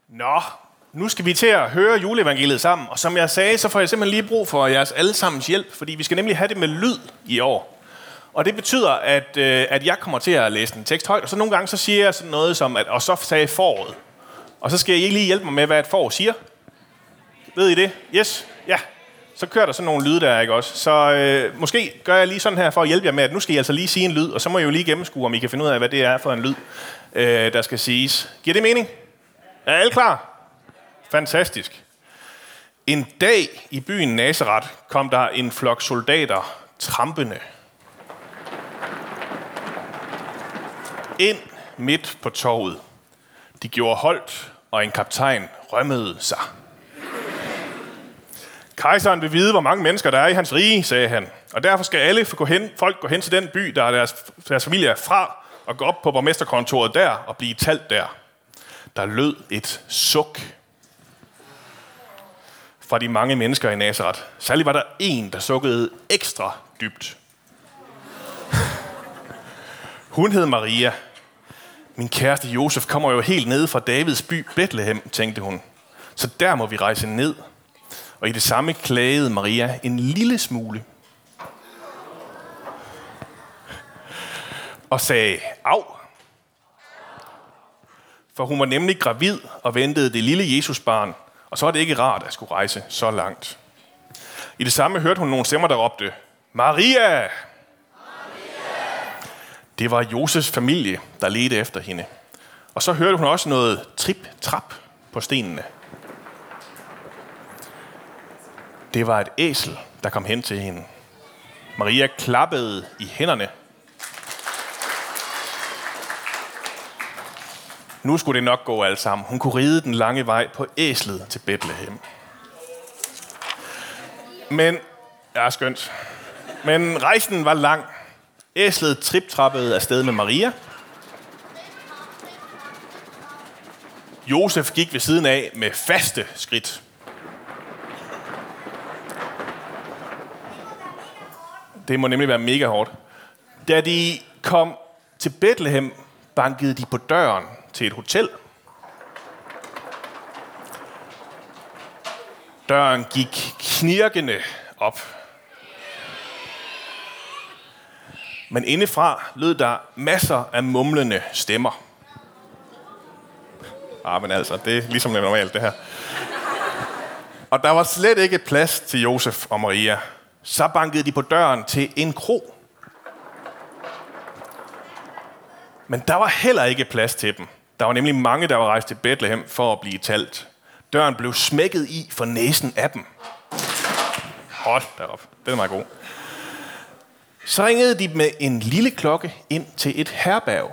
Nå, nu skal vi til at høre juleevangeliet sammen, og som jeg sagde, så får jeg simpelthen lige brug for jeres allesammens hjælp, fordi vi skal nemlig have det med lyd i år. Og det betyder, at jeg kommer til at læse en tekst højt, og så nogle gange så siger jeg sådan noget som, og så sagde foråret. Og så skal I lige hjælpe mig med, hvad et får siger. Ved I det? Yes? Ja. Så kører der sådan nogle lyde der, ikke også? Så måske gør jeg lige sådan her for at hjælpe jer med, at nu skal I altså lige sige en lyd, og så må I jo lige gennemskue, om I kan finde ud af, hvad det er for en lyd, der skal siges. Giver det mening? Er alle klar? Fantastisk. En dag i byen Nazareth kom der en flok soldater trampende ind midt på torvet. De gjorde holdt, og en kaptajn rømmede sig. Kejseren vil vide, hvor mange mennesker der er i hans rige, sagde han. Og derfor skal alle folk gå hen til den by, der deres familie er fra, og gå op på borgmesterkontoret der og blive talt der. Der lød et suk fra de mange mennesker i Nazareth. Særligt var der en, der sukkede ekstra dybt. Hun hed Maria. Min kæreste Josef kommer jo helt nede fra Davids by Bethlehem, tænkte hun. Så der må vi rejse ned. Og i det samme klagede Maria en lille smule. Og sagde, au. For hun var nemlig gravid og ventede det lille Jesusbarn. Og så var det ikke rart at skulle rejse så langt. I det samme hørte hun nogle stemmer, der råbte, Maria! Maria! Det var Josefs familie, der ledte efter hende. Og så hørte hun også noget trip-trap på stenene. Det var et æsel, der kom hen til hende. Maria klappede i hænderne. Nu skulle det nok gå alt sammen. Hun kunne ride den lange vej på æslet til Bethlehem. Men, skønt. Men rejsen var lang. Æslet trip-trappede afsted med Maria. Josef gik ved siden af med faste skridt. Det må nemlig være mega hårdt. Da de kom til Bethlehem, bankede de på døren til et hotel. Døren gik knirkende op. Men indefra lød der masser af mumlende stemmer. Men altså, det er ligesom det normalt, det her. Og der var slet ikke plads til Josef og Maria. Så bankede de på døren til en kro. Men der var heller ikke plads til dem. Der var nemlig mange, der var rejst til Bethlehem for at blive talt. Døren blev smækket i for næsen af dem. Hold derop. Den er meget god. Så ringede de med en lille klokke ind til et herberg.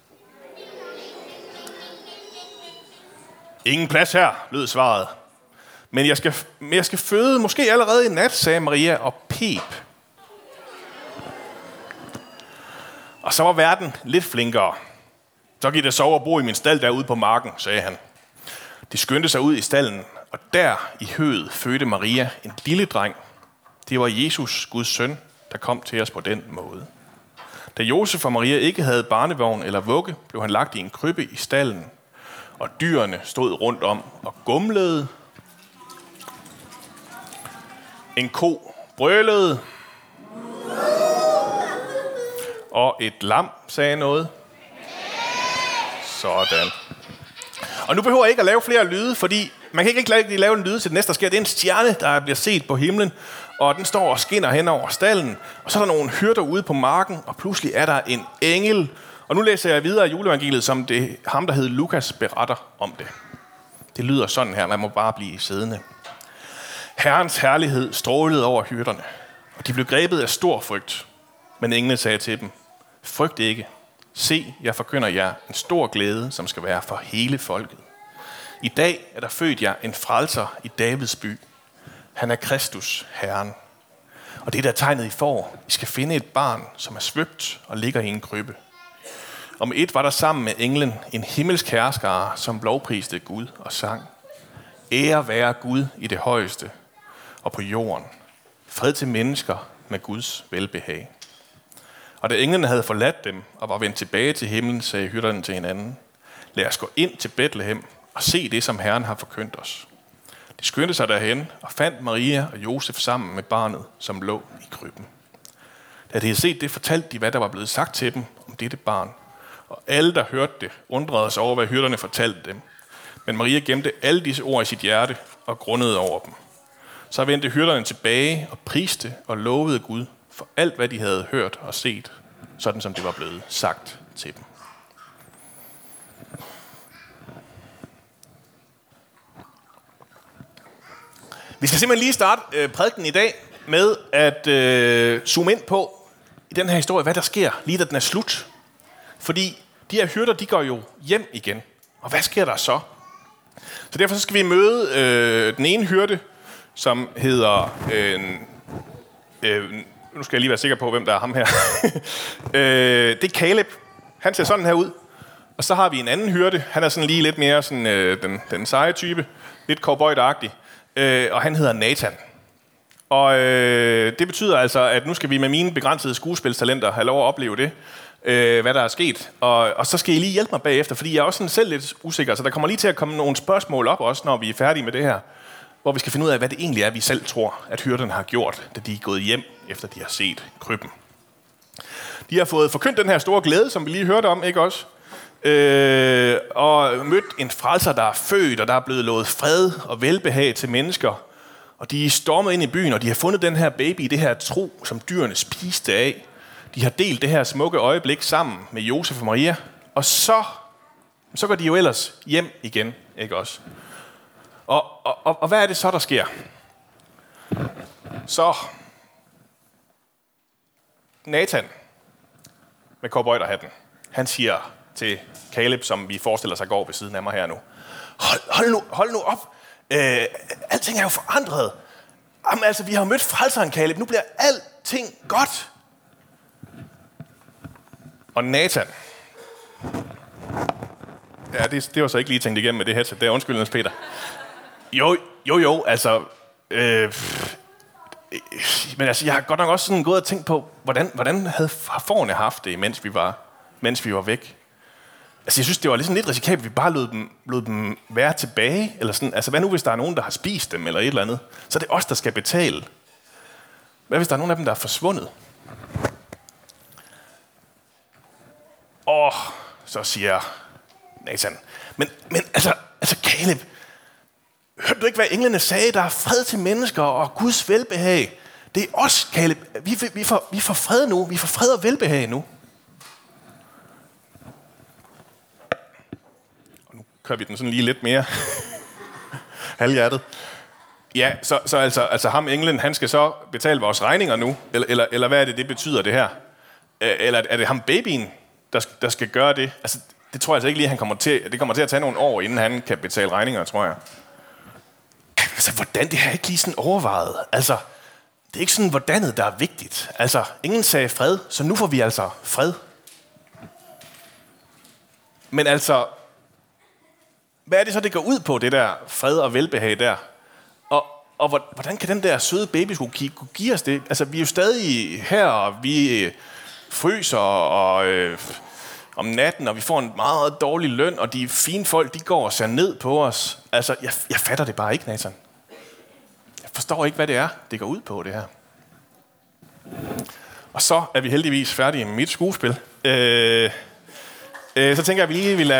Ingen plads her, lød svaret. Men jeg skal føde måske allerede i nat, sagde Maria og pep. Og så var verden lidt flinkere. Så gik det sove og bo i min stald derude på marken, sagde han. De skyndte sig ud i stallen, og der i høet fødte Maria en lille dreng. Det var Jesus, Guds søn, der kom til os på den måde. Da Josef og Maria ikke havde barnevogn eller vugge, blev han lagt i en krybbe i stallen, og dyrene stod rundt om og gumlede. En ko brølede, og et lam sagde noget. Sådan. Og nu behøver jeg ikke at lave flere lyde, fordi man kan ikke lave en lyde til det næste, der sker. Det er en stjerne, der bliver set på himlen, og den står og skinner hen over stallen. Og så er der nogle hyrder ude på marken, og pludselig er der en engel. Og nu læser jeg videre i juleevangeliet, som det ham, der hed Lukas, beretter om det. Det lyder sådan her, man må bare blive siddende. Herrens herlighed strålede over hyrderne, og de blev grebet af stor frygt. Men englene sagde til dem, frygt ikke. Se, jeg forkynder jer en stor glæde, som skal være for hele folket. I dag er der født jer en frelser i Davids by. Han er Kristus, Herren. Og det er der tegnet, I får. I skal finde et barn, som er svøbt og ligger i en krybbe. Om et var der sammen med englen en himmelsk herskare, som lovpriste Gud og sang. Ære være Gud i det højeste og på jorden. Fred til mennesker med Guds velbehag. Og da englene havde forladt dem og var vendt tilbage til himlen, sagde hyrderne til hinanden, lad os gå ind til Bethlehem og se det, som Herren har forkyndt os. De skyndte sig derhen og fandt Maria og Josef sammen med barnet, som lå i krybben. Da de havde set det, fortalte de, hvad der var blevet sagt til dem om dette barn. Og alle, der hørte det, undrede sig over, hvad hyrderne fortalte dem. Men Maria gemte alle disse ord i sit hjerte og grundede over dem. Så vendte hyrderne tilbage og priste og lovede Gud for alt, hvad de havde hørt og set, sådan som det var blevet sagt til dem. Vi skal simpelthen lige starte prædiken i dag med at zoome ind på i den her historie, hvad der sker, lige da den er slut. Fordi de her hyrder, de går jo hjem igen. Og hvad sker der så? Så derfor så skal vi møde den ene hyrde, som hedder... nu skal jeg lige være sikker på, hvem der er ham her. Det er Caleb. Han ser sådan her ud. Og så har vi en anden hyrde. Han er sådan lige lidt mere sådan, den seje type. Lidt cowboy-agtig. Og han hedder Nathan. Og det betyder altså, at nu skal vi med mine begrænsede skuespilstalenter have lov at opleve det, hvad der er sket. Og så skal I lige hjælpe mig bagefter, fordi jeg er også sådan selv lidt usikker, så der kommer lige til at komme nogle spørgsmål op også, når vi er færdige med det her, hvor vi skal finde ud af, hvad det egentlig er, vi selv tror, at hyrderne har gjort, da de er gået hjem, efter de har set krybben. De har fået forkyndt den her store glæde, som vi lige hørte om, ikke også? Og mødt en frelser, der er født, og der er blevet lovet fred og velbehag til mennesker. Og de er stormet ind i byen, og de har fundet den her baby i det her tro, som dyrene spiste af. De har delt det her smukke øjeblik sammen med Josef og Maria. Og så går de jo ellers hjem igen, ikke også? Og hvad er det så, der sker? Så Nathan med cowboyderhatten, han siger til Caleb, som vi forestiller sig går ved siden af mig her nu. Hold nu op. Alting er jo forandret. Jamen altså, vi har jo mødt frelseren, Caleb. Nu bliver alting godt. Og Nathan. Ja, det var så ikke lige tænkt igennem med det headset. Det er undskyld, Peter. Jo, altså... men altså, jeg har godt nok også sådan gået og tænkt på, hvordan havde fårene haft det, mens vi var væk. Altså, jeg synes, det var lidt risikabelt, at vi bare lod dem være tilbage. Eller sådan. Altså, hvad nu, hvis der er nogen, der har spist dem, eller et eller andet? Så er det os, der skal betale. Hvad hvis der er nogen af dem, der er forsvundet? Så siger Nathan. Men altså Caleb, hørte du ikke, hvad englene sagde? Der er fred til mennesker og Guds velbehag. Det er os, Caleb. Vi får fred nu. Vi får fred og velbehag nu. Og nu kører vi den sådan lige lidt mere halvhjertet. Ja, så altså ham englen, han skal så betale vores regninger nu? Eller hvad er det betyder, det her? Eller er det ham babyen, der skal gøre det? Altså, det tror jeg altså ikke lige, det kommer til at tage nogle år, inden han kan betale regninger, tror jeg. Altså, hvordan? Det har jeg ikke lige sådan overvejet. Altså, det er ikke sådan, hvordanet, der er vigtigt. Altså, ingen sagde fred, så nu får vi altså fred. Men altså, hvad er det så, det går ud på, det der fred og velbehag der? Og hvordan kan den der søde baby skulle give os det? Altså, vi er jo stadig her, og vi fryser om natten, og vi får en meget dårlig løn, og de fine folk, de går og ser ned på os. Altså, jeg fatter det bare ikke, Nathan. Jeg forstår ikke, hvad det er, det går ud på, det her. Og så er vi heldigvis færdige med mit skuespil. Så tænker jeg, at vi lige vil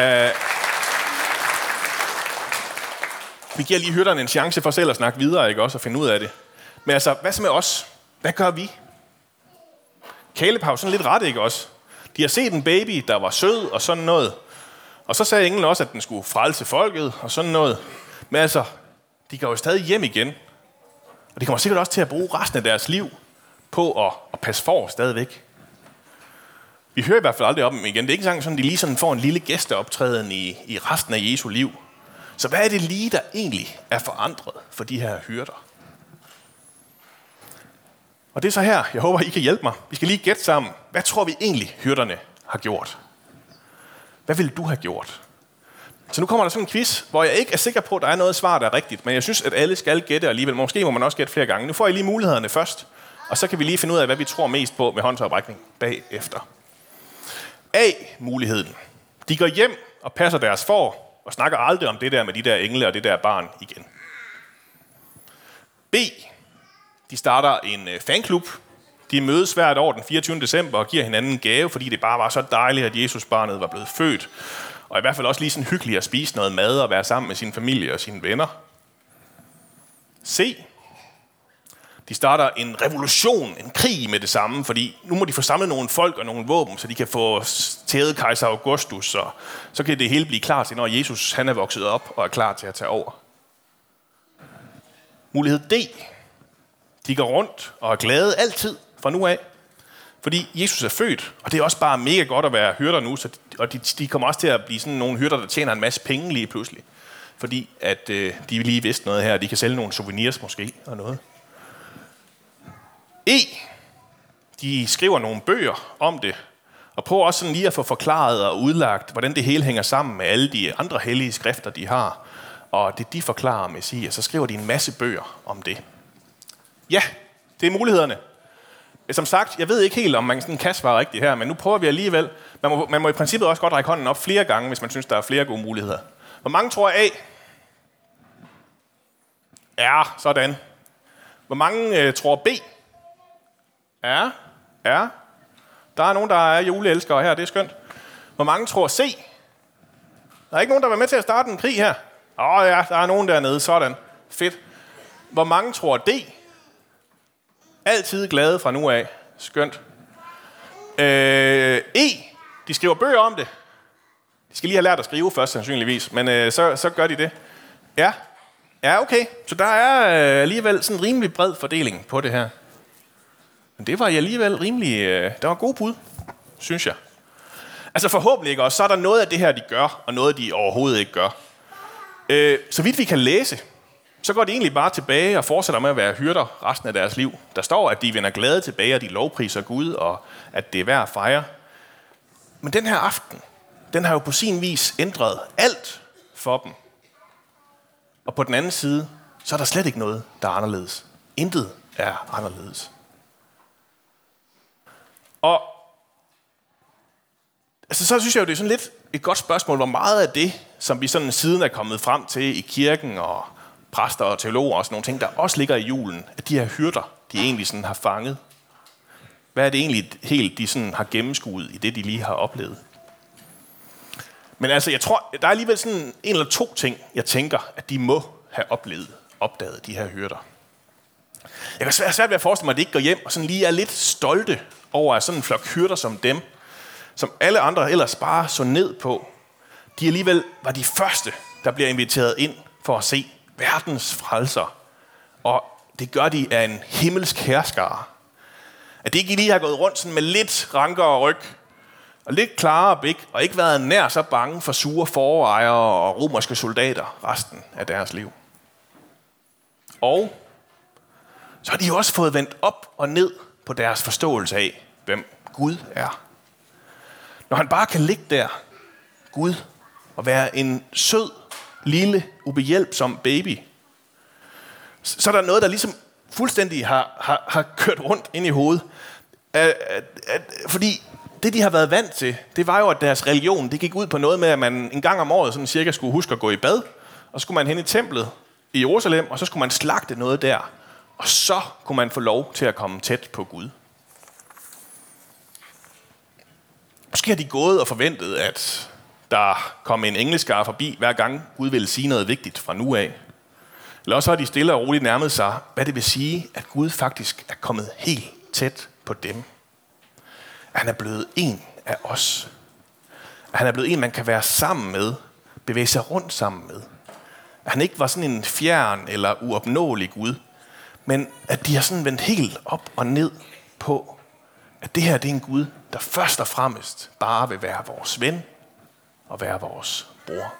vi giver lige hyrderne en chance for selv at snakke videre, ikke også, og finde ud af det. Men altså, hvad så med os? Hvad gør vi? Caleb har jo sådan lidt ret, ikke også? De har set en baby, der var sød og sådan noget. Og så sagde englen også, at den skulle frelse folket og sådan noget. Men altså, de går jo stadig hjem igen. Og de kommer sikkert også til at bruge resten af deres liv på at passe for stadigvæk. Vi hører i hvert fald aldrig om dem igen. Det er ikke engang sådan, at de lige sådan får en lille gæsteoptræden i resten af Jesu liv. Så hvad er det lige, der egentlig er forandret for de her hyrder? Og det er så her, jeg håber, I kan hjælpe mig. Vi skal lige gætte sammen. Hvad tror vi egentlig, hyrderne har gjort? Hvad ville du have gjort? Så nu kommer der sådan en quiz, hvor jeg ikke er sikker på, at der er noget svar, der er rigtigt. Men jeg synes, at alle skal gætte alligevel. Måske må man også gætte flere gange. Nu får I lige mulighederne først. Og så kan vi lige finde ud af, hvad vi tror mest på med håndsoprækning bagefter. A-muligheden. De går hjem og passer deres får. og snakker aldrig om det der med de der engle og det der barn igen. B. De starter en fanklub. De mødes hvert år den 24. december og giver hinanden en gave, fordi det bare var så dejligt, at Jesusbarnet var blevet født. Og i hvert fald også lige sådan hyggeligt at spise noget mad og være sammen med sin familie og sine venner. C. De starter en revolution, en krig med det samme, fordi nu må de få samlet nogle folk og nogle våben, så de kan få tævet kejser Augustus, og så kan det hele blive klar til, når Jesus han er vokset op og er klar til at tage over. Mulighed D. De går rundt og er glade altid fra nu af, fordi Jesus er født, og det er også bare mega godt at være hyrder nu, og de kommer også til at blive sådan nogle hyrder, der tjener en masse penge lige pludselig, fordi at de lige vidste noget her, de kan sælge nogle souvenirs måske og noget. E. De skriver nogle bøger om det, og prøver også sådan lige at få forklaret og udlagt, hvordan det hele hænger sammen med alle de andre hellige skrifter, de har. Og det de forklarer Messias, så skriver de en masse bøger om det. Ja, det er mulighederne. Som sagt, jeg ved ikke helt, om man sådan kan svare rigtigt her, men nu prøver vi alligevel. Man må i princippet også godt række hånden op flere gange, hvis man synes, der er flere gode muligheder. Hvor mange tror A? Ja, sådan. Hvor mange tror B? Ja. Der er nogen, der er juleelskere her, det er skønt. Hvor mange tror C? Der er ikke nogen, der var med til at starte en krig her. Ja, der er nogen dernede, sådan. Fedt. Hvor mange tror D? Altid glade fra nu af. Skønt. E, de skriver bøger om det. De skal lige have lært at skrive først, sandsynligvis, men så gør de det. Ja, okay. Så der er alligevel sådan en rimelig bred fordeling på det her. Men det var alligevel rimelig... der var gode bud, synes jeg. Altså forhåbentlig ikke også, så er der noget af det her, de gør, og noget, de overhovedet ikke gør. Så vidt vi kan læse, så går de egentlig bare tilbage og fortsætter med at være hyrder resten af deres liv. Der står, at de vender glade tilbage, og de lovpriser Gud, og at det er værd at fejre. Men den her aften, den har jo på sin vis ændret alt for dem. Og på den anden side, så er der slet ikke noget, der er anderledes. Intet er anderledes. Og altså, så synes jeg jo, det er sådan lidt et godt spørgsmål, hvor meget af det, som vi sådan siden er kommet frem til i kirken og præster og teologer og sådan nogle ting, der også ligger i julen, at de her hyrder, de egentlig sådan har fanget. Hvad er det egentlig helt, de sådan har gennemskuet i det, de lige har oplevet? Men altså, jeg tror, der er alligevel sådan en eller to ting, jeg tænker, at de må have opdaget, de her hyrder. Jeg kan svært ved at forestille mig, at de ikke går hjem og sådan lige er lidt stolte over, at sådan en flok hyrder som dem, som alle andre ellers bare så ned på, de alligevel var de første, der bliver inviteret ind for at se verdens frelser. Og det gør de af en himmelsk herskare. At de ikke lige har gået rundt sådan med lidt rankere ryg, og lidt klarere blik, og ikke været nær så bange for sure forejere og romerske soldater resten af deres liv. Og så har de også fået vendt op og ned på deres forståelse af, hvem Gud er. Når han bare kan ligge der, Gud, og være en sød, lille, ubehjælpsom baby, så er der noget, der ligesom fuldstændig har kørt rundt ind i hovedet. Fordi det, de har været vant til, det var jo, at deres religion, det gik ud på noget med, at man en gang om året sådan cirka skulle huske at gå i bad, og så skulle man hen i templet i Jerusalem, og så skulle man slagte noget der, og så kunne man få lov til at komme tæt på Gud. Måske har de gået og forventet, at der kom en engleskare forbi, hver gang Gud ville sige noget vigtigt fra nu af. Eller også har de stille og roligt nærmet sig, hvad det vil sige, at Gud faktisk er kommet helt tæt på dem. At han er blevet en af os. At han er blevet en, man kan være sammen med, bevæge sig rundt sammen med. At han ikke var sådan en fjern eller uopnåelig Gud, men at de har sådan vendt helt op og ned på, at det her det er en Gud, der først og fremmest bare vil være vores ven og være vores bror.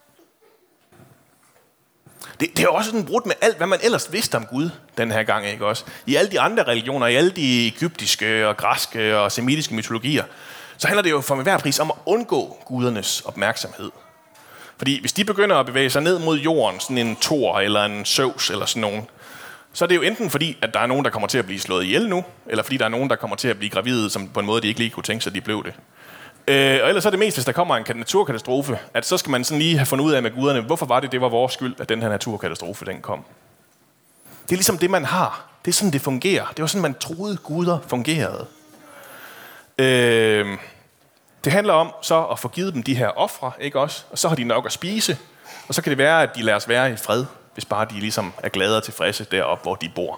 Det er også sådan brudt med alt, hvad man ellers vidste om Gud den her gang, ikke også? I alle de andre religioner, i alle de egyptiske og græske og semitiske mytologier, så handler det jo for hver pris om at undgå gudernes opmærksomhed. Fordi hvis de begynder at bevæge sig ned mod jorden, sådan en Thor eller en Zeus eller sådan nogen, så er det jo enten fordi, at der er nogen, der kommer til at blive slået ihjel nu, eller fordi der er nogen, der kommer til at blive gravide som på en måde, de ikke lige kunne tænke sig, at de blev det. Og ellers er det mest, hvis der kommer en naturkatastrofe, at så skal man sådan lige have fundet ud af med guderne, hvorfor var det var vores skyld, at den her naturkatastrofe den kom. Det er ligesom det, man har. Det er sådan, det fungerer. Det var sådan, man troede, guder fungerede. Det handler om så at få givet dem de her ofre, ikke også? Og så har de nok at spise, og så kan det være, at de lader os være i fred, hvis bare de ligesom er glade og tilfredse deroppe, hvor de bor.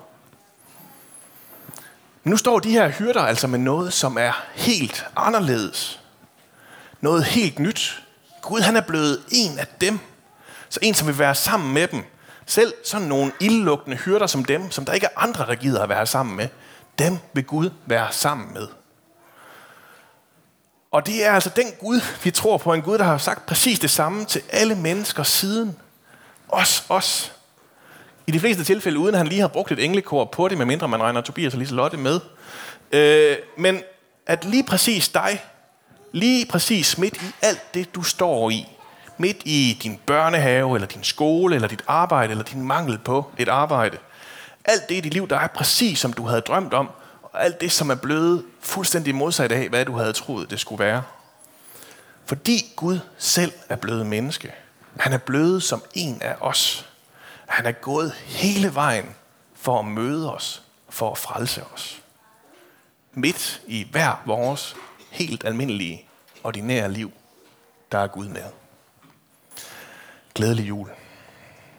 Men nu står de her hyrder altså med noget, som er helt anderledes. Noget helt nyt. Gud, han er blevet en af dem. Så en, som vil være sammen med dem. Selv sådan nogle ildlugtende hyrder som dem, som der ikke er andre, der gider at være sammen med, dem vil Gud være sammen med. Og det er altså den Gud, vi tror på. En Gud, der har sagt præcis det samme til alle mennesker siden. Os. I de fleste tilfælde, uden at han lige har brugt et englekor på det, medmindre man regner Tobias og Liselotte med. Men at lige præcis dig, lige præcis midt i alt det, du står i, midt i din børnehave, eller din skole, eller dit arbejde, eller din mangel på et arbejde. Alt det i dit liv, der er præcis, som du havde drømt om, og alt det, som er blevet fuldstændig modsat af, hvad du havde troet, det skulle være. Fordi Gud selv er blevet menneske. Han er blevet som en af os. Han er gået hele vejen for at møde os, for at frelse os. Midt i hver vores helt almindelige, ordinære liv, der er Gud med. Glædelig jul.